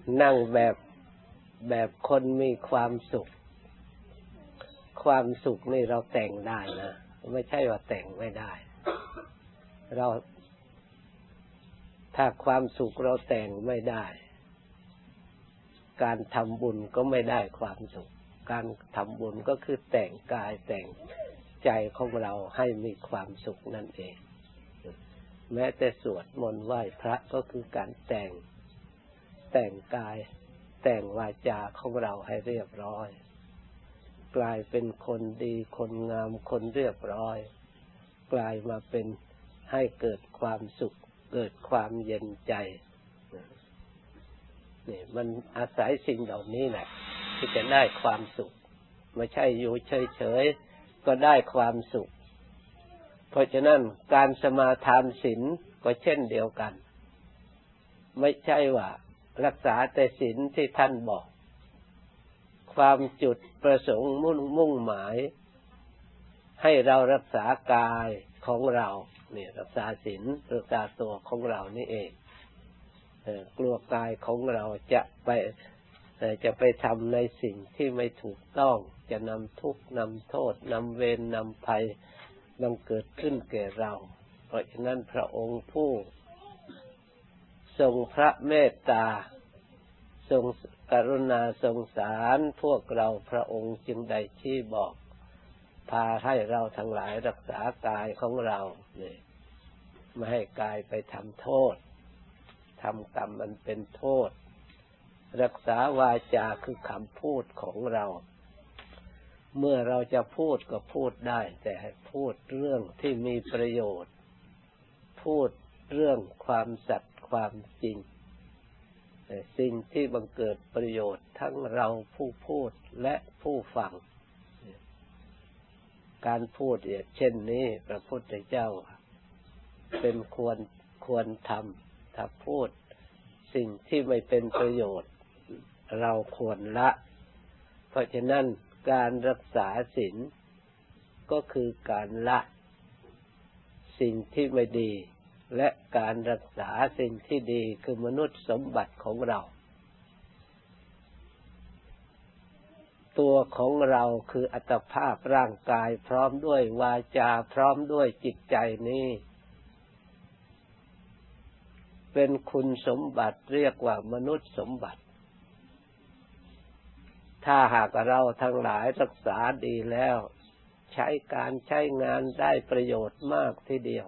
นั่งแบบคนมีความสุขความสุขนี่เราแต่งได้นะไม่ใช่ว่าแต่งไม่ได้เราถ้าความสุขเราแต่งไม่ได้การทำบุญก็ไม่ได้ความสุขการทำบุญก็คือแต่งกายแต่งใจของเราให้มีความสุขนั่นเองแม้แต่สวดมนต์ไหว้พระก็คือการแต่งกายแต่งวาจาของเราให้เรียบร้อยกลายเป็นคนดีคนงามคนเรียบร้อยกลายมาเป็นให้เกิดความสุขเกิดความเย็นใจนี่มันอาศัยสิ่งเหล่านี้แหละที่จะได้ความสุขไม่ใช่อยู่เฉยๆก็ได้ความสุขเพราะฉะนั้นการสมาทานศีลก็เช่นเดียวกันไม่ใช่ว่ารักษาแต่ศีลที่ท่านบอกความจุดประสงค์มุ่งหมายให้เรารักษากายของเราเนี่ยรักษาศีลรักษาตัวของเรานี่เองกลัวกายของเราจะไปทำในสิ่งที่ไม่ถูกต้องจะนำทุกข์นำโทษนำเวรนำภัยบังเกิดขึ้นแก่เราเพราะฉะนั้นพระองค์ผู้ทรงพระเมตตาทรงกรุณาสงสารพวกเราพระองค์จึงได้ชี้บอกพาให้เราทั้งหลายรักษากายของเราเนี่ยไม่ให้กายไปทำโทษทำกรรมมันเป็นโทษรักษาวาจาคือคำพูดของเราเมื่อเราจะพูดก็พูดได้แต่ให้พูดเรื่องที่มีประโยชน์พูดเรื่องความสัตย์ความจริงสิ่งที่บังเกิดประโยชน์ทั้งเราผู้พูดและผู้ฟังการพูดเช่นนี้พระพุทธเจ้าเป็นควรทำถ้าพูดสิ่งที่ไม่เป็นประโยชน์เราควรละเพราะฉะนั้นการรักษาศีลก็คือการละสิ่งที่ไม่ดีและการรักษาสิ่งที่ดีคือมนุษย์สมบัติของเราตัวของเราคืออัตภาพร่างกายพร้อมด้วยวาจาพร้อมด้วยจิตใจนี้เป็นคุณสมบัติเรียกว่ามนุษย์สมบัติถ้าหากเราทั้งหลายรักษาดีแล้วใช้การใช้งานได้ประโยชน์มากทีเดียว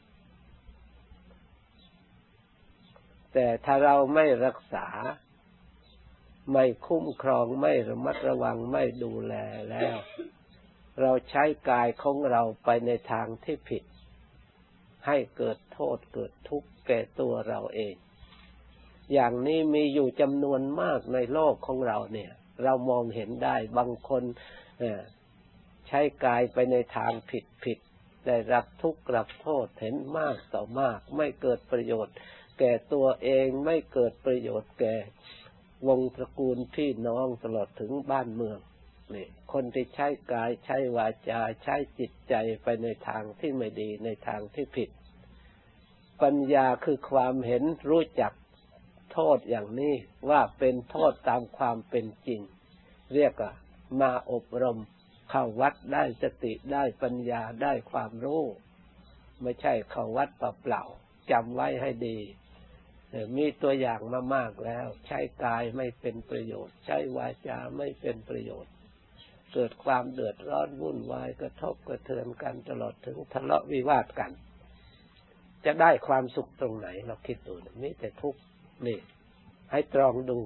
แต่ถ้าเราไม่รักษาไม่คุ้มครองไม่ระมัดระวังไม่ดูแลแล้วเราใช้กายของเราไปในทางที่ผิดให้เกิดโทษเกิดทุกข์แก่ตัวเราเองอย่างนี้มีอยู่จำนวนมากในโลกของเราเนี่ยเรามองเห็นได้บางคนใช้กายไปในทางผิดได้รับทุกข์รับโทษเห็นมากต่อมากไม่เกิดประโยชน์แก่ตัวเองไม่เกิดประโยชน์แก่วงตระกูลพี่น้องตลอดถึงบ้านเมืองนี่คนที่ใช้กายใช้วาจาใช้จิตใจไปในทางที่ไม่ดีในทางที่ผิดปัญญาคือความเห็นรู้จักโทษอย่างนี้ว่าเป็นโทษตามความเป็นจริงเรียกว่ามาอบรมเข้าวัดได้สติได้ปัญญาได้ความรู้ไม่ใช่เข้าวัดเปล่าๆจำไว้ให้ดีมีตัวอย่างมามากแล้วใช้กายไม่เป็นประโยชน์ใช้วาจาไม่เป็นประโยชน์เกิดความเดือดร้อนวุ่นวายกระทบกระเทือนกันตลอดถึงทะเลาะวิวาทกันจะได้ความสุขตรงไหนเราคิดดูมีแต่ทุกข์นี่ให้ตรองดู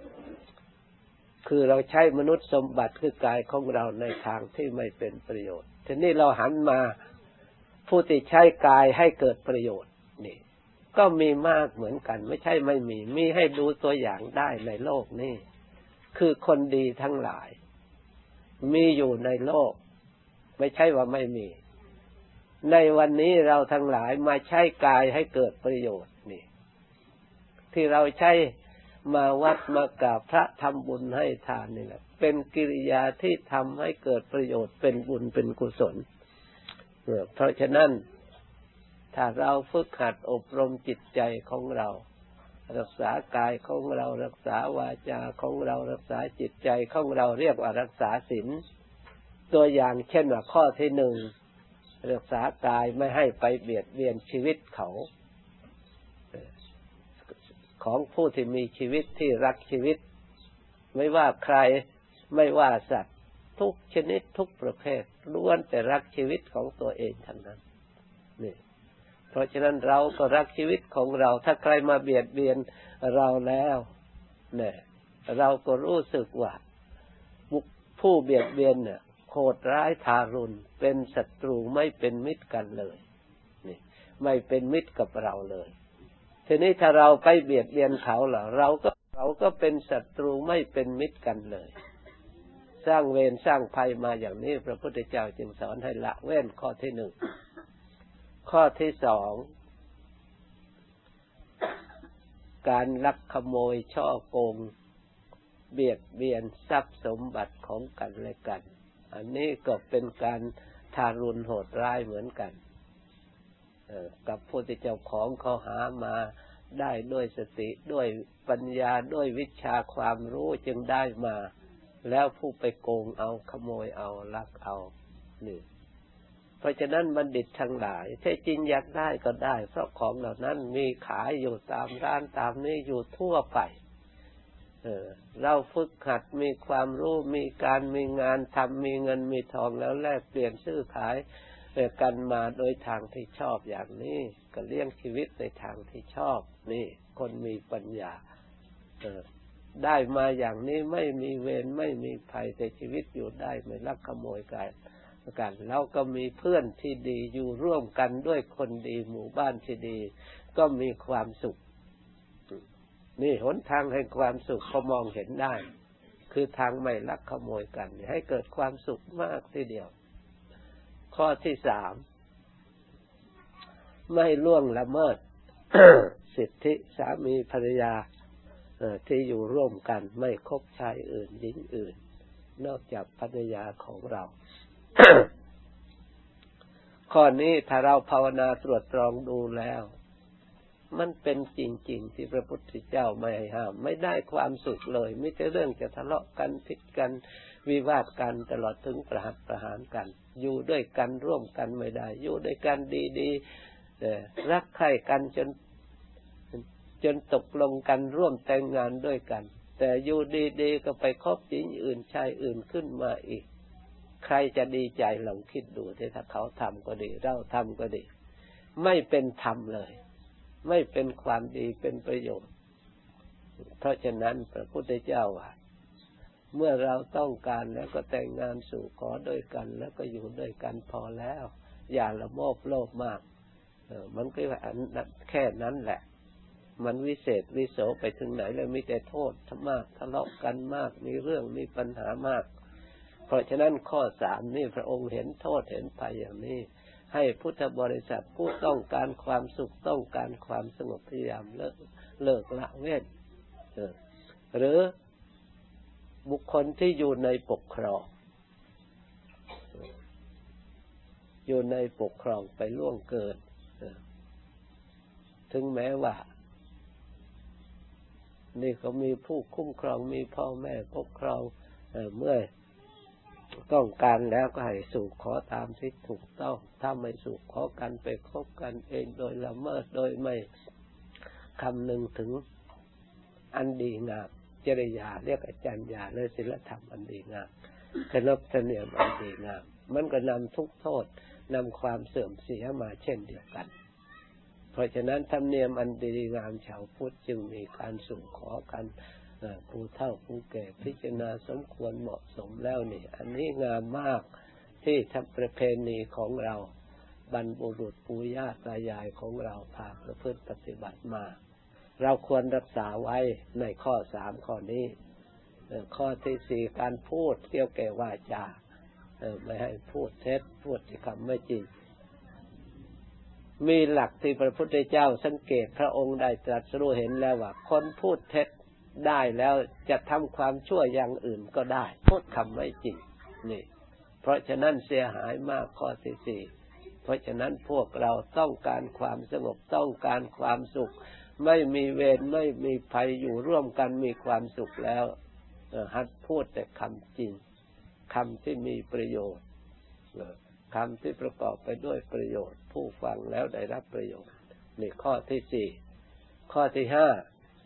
คือเราใช้มนุษย์สมบัติคือกายของเราในทางที่ไม่เป็นประโยชน์ทีนี้เราหันมาผู้ที่ใช้กายให้เกิดประโยชน์นี่ก็มีมากเหมือนกันไม่ใช่ไม่มีให้ดูตัวอย่างได้ในโลกนี้คือคนดีทั้งหลายมีอยู่ในโลกไม่ใช่ว่าไม่มีในวันนี้เราทั้งหลายมาใช้กายให้เกิดประโยชน์นี่ที่เราใช้มาวัดมากราบพระทำบุญให้ทานนี่แหละเป็นกิริยาที่ทำให้เกิดประโยชน์เป็นบุญเป็นกุศลเพราะฉะนั้นถ้าเราฝึกหัดอบรมจิตใจของเรารักษากายของเรารักษาวาจาของเรารักษาจิตใจของเราเรียกว่ารักษาศีลตัวอย่างเช่นว่าข้อที่หนึ่งรักษากายไม่ให้ไปเบียดเบียนชีวิตเขาของผู้ที่มีชีวิตที่รักชีวิตไม่ว่าใครไม่ว่าสัตว์ทุกชนิดทุกประเภทล้วนแต่รักชีวิตของตัวเองทั้งนั้นนี่เพราะฉะนั้นเราก็รักชีวิตของเราถ้าใครมาเบียดเบียนเราแล้วเนี่ยเราก็รู้สึกว่าผู้เบียดเบียนเนี่ยโหดร้ายทารุณเป็นศัตรูไม่เป็นมิตรกันเลยนี่ไม่เป็นมิตรกับเราเลยทีนี้ถ้าเราไปเบียดเบียนเขาล่ะเราก็เป็นศัตรูไม่เป็นมิตรกันเลยสร้างเวรสร้างภัยมาอย่างนี้พระพุทธเจ้าจึงสอนให้ละเว้นข้อที่หนึ่งข้อที่สองการลักขโมยช่อโกงเบียดเบียนทรัพย์สมบัติของกันและกันอันนี้ก็เป็นการทารุณโหดร้ายเหมือนกันกับผู้ที่เจ้าของเขาหามาได้ด้วยสติด้วยปัญญาด้วยวิชาความรู้จึงได้มาแล้วผู้ไปโกงเอาขโมยเอาลักเอานี่เพราะฉะนั้นบัณฑิตทั้งหลายแท้จริงอยากได้ก็ได้เพราะของเหล่านั้นมีขายอยู่ตามร้านตามนี้อยู่ทั่วไปเราฝึกหัดมีความรู้มีการมีงานทำมีเงินมีทองแล้วแลกเปลี่ยนซื้อขายกันมาโดยทางที่ชอบอย่างนี้ก็เลี้ยงชีวิตในทางที่ชอบนี่คนมีปัญญาได้มาอย่างนี้ไม่มีเวรไม่มีภัยแต่ชีวิตอยู่ได้ไม่ลักขโมยกันแล้วก็มีเพื่อนที่ดีอยู่ร่วมกันด้วยคนดีหมู่บ้านที่ดีก็มีความสุขนี่หนทางแห่งความสุขเขามองเห็นได้คือทางไม่ลักขโมยกันให้เกิดความสุขมากทีเดียวข้อที่สามไม่ล่วงละเมิด สิทธิสามีภรรยาที่อยู่ร่วมกันไม่คบชายอื่นหญิงอื่นนอกจากภรรยาของเรา ข้อนี้ถ้าเราภาวนาตรวจตรองดูแล้วมันเป็นจริงๆที่พระพุทธเจ้าไม่ให้ห้ามไม่ได้ความสุขเลยไม่ใช่เรื่องจะทะเลาะกันผิดกันวิวาทกันตลอดถึงประหัตประหารกันอยู่ด้วยกันร่วมกันไม่ได้อยู่ด้วยกันดีๆรักใคร่กันจนตกลงกันร่วมแต่งงานด้วยกันแต่อยู่ดีๆก็ไปคบหญิงอื่นชายอื่นขึ้นมาอีกใครจะดีใจลองคิดดูถ้าเขาทำก็ดีเราทำก็ดีไม่เป็นธรรมเลยไม่เป็นความดีเป็นประโยชน์เพราะฉะนั้นพระพุทธเจ้าว่าเมื่อเราต้องการแล้วก็แต่งงานสู่ขอด้วยกันแล้วก็อยู่ด้วยกันพอแล้วอย่าละโมบโลภมากมันก็แค่นั้นแหละมันวิเศษวิโสไปถึงไหนแล้วมีแต่โทษมากทะเลาะกันมากมีเรื่องมีปัญหามากเพราะฉะนั้นข้อสามนี่พระองค์เห็นโทษเห็นภัยอย่างนี้ให้พุทธบริษัทผู้ต้องการความสุขต้องการความสงบพยายามเลิกละเว้นหรือบุคคลที่อยู่ในปกครองไปล่วงเกินถึงแม้ว่านี่เขามีผู้คุ้มครองมีพ่อแม่ปกครองเมื่อต้องการแล้วก็ให้สู่ขอตามที่ถูกต้องถ้าไม่สู่ขอกันไปคบกันเองโดยละเมิดโดยไม่คำนึงถึงอันดีงามจริยาเรียกจรรยาและศีลธรรมอันดีงามขนบธรรมเนียมอันดีงามมันก็นำทุกโทษนำความเสื่อมเสียมาเช่นเดียวกันเพราะฉะนั้นธรรมเนียมอันดีงามชาวพุทธจึงมีการสู่ขอกันผู้เฒ่าผู้แก่พิจารณาสมควรเหมาะสมแล้วนี่อันนี้งามมากที่ทำประเพณีของเราบรรพบุรุษปู่ย่าตายายของเราพาประพฤติปฏิบัติมาเราควรรักษาไว้ในข้อสามข้อนี้ข้อที่สี่การพูดเกี่ยวแก่วาจาไม่ให้พูดเท็จพูดที่คำไม่จริงมีหลักที่พระพุทธเจ้าสังเกตพระองค์ได้ตรัสรู้เห็นแล้วว่าคนพูดเท็จได้แล้วจะทำความชั่วอย่างอื่นก็ได้พูดคำไม่จริงนี่เพราะฉะนั้นเสียหายมากข้อที่สี่เพราะฉะนั้นพวกเราต้องการความสงบต้องการความสุขไม่มีเวรไม่มีภัยอยู่ร่วมกันมีความสุขแล้วหัดพูดแต่คำจริงคำที่มีประโยชน์คำที่ประกอบไปด้วยประโยชน์ผู้ฟังแล้วได้รับประโยชน์นี่ข้อที่สี่ข้อที่ห้า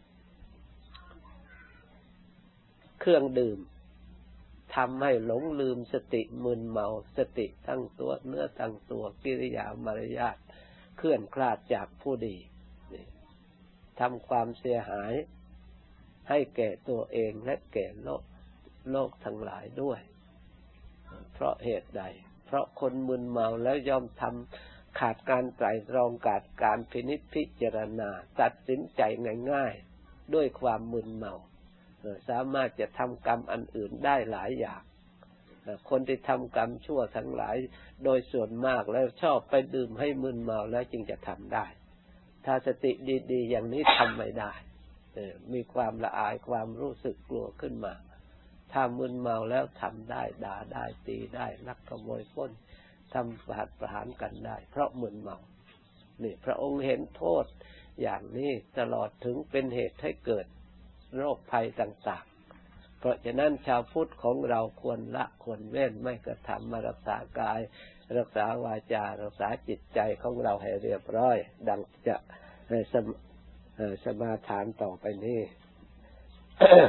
เครื่องดื่มทำให้หลงลืมสติมึนเมาสติตั้งตัวเนื้อตั้งตัวกิริยามารยาทเคลื่อนคลาดจากผู้ดีทำความเสียหายให้แก่ตัวเองและแก่โลกทั้งหลายด้วยเพราะเหตุใดเพราะคนมึนเมาแล้วย่อมทำขาดการไตร่ตรองขาดการพินิจพิจารณาตัดสินใจง่ายๆด้วยความมึนเมาสามารถจะทำกรรมอันอื่นได้หลายอย่างคนที่ทำกรรมชั่วทั้งหลายโดยส่วนมากแล้วชอบไปดื่มให้มึนเมาแล้วจึงจะทำได้ถ้าสติดีๆอย่างนี้ทำไม่ได้มีความละอายความรู้สึกกลัวขึ้นมาถ้ามึนเมาแล้วทำได้ด่าได้ตีได้ลักขโมยปล้นทำประหารกันได้เพราะมึนเมานี่พระองค์เห็นโทษอย่างนี้ตลอดถึงเป็นเหตุให้เกิดโรคภัยต่างๆเพราะฉะนั้นชาวพุทธของเราควรละควรเว้นไม่กระทำมารักษากายรักษาวาจารักษาจิตใจของเราให้เรียบร้อยดังจะสมาทานต่อไปนี้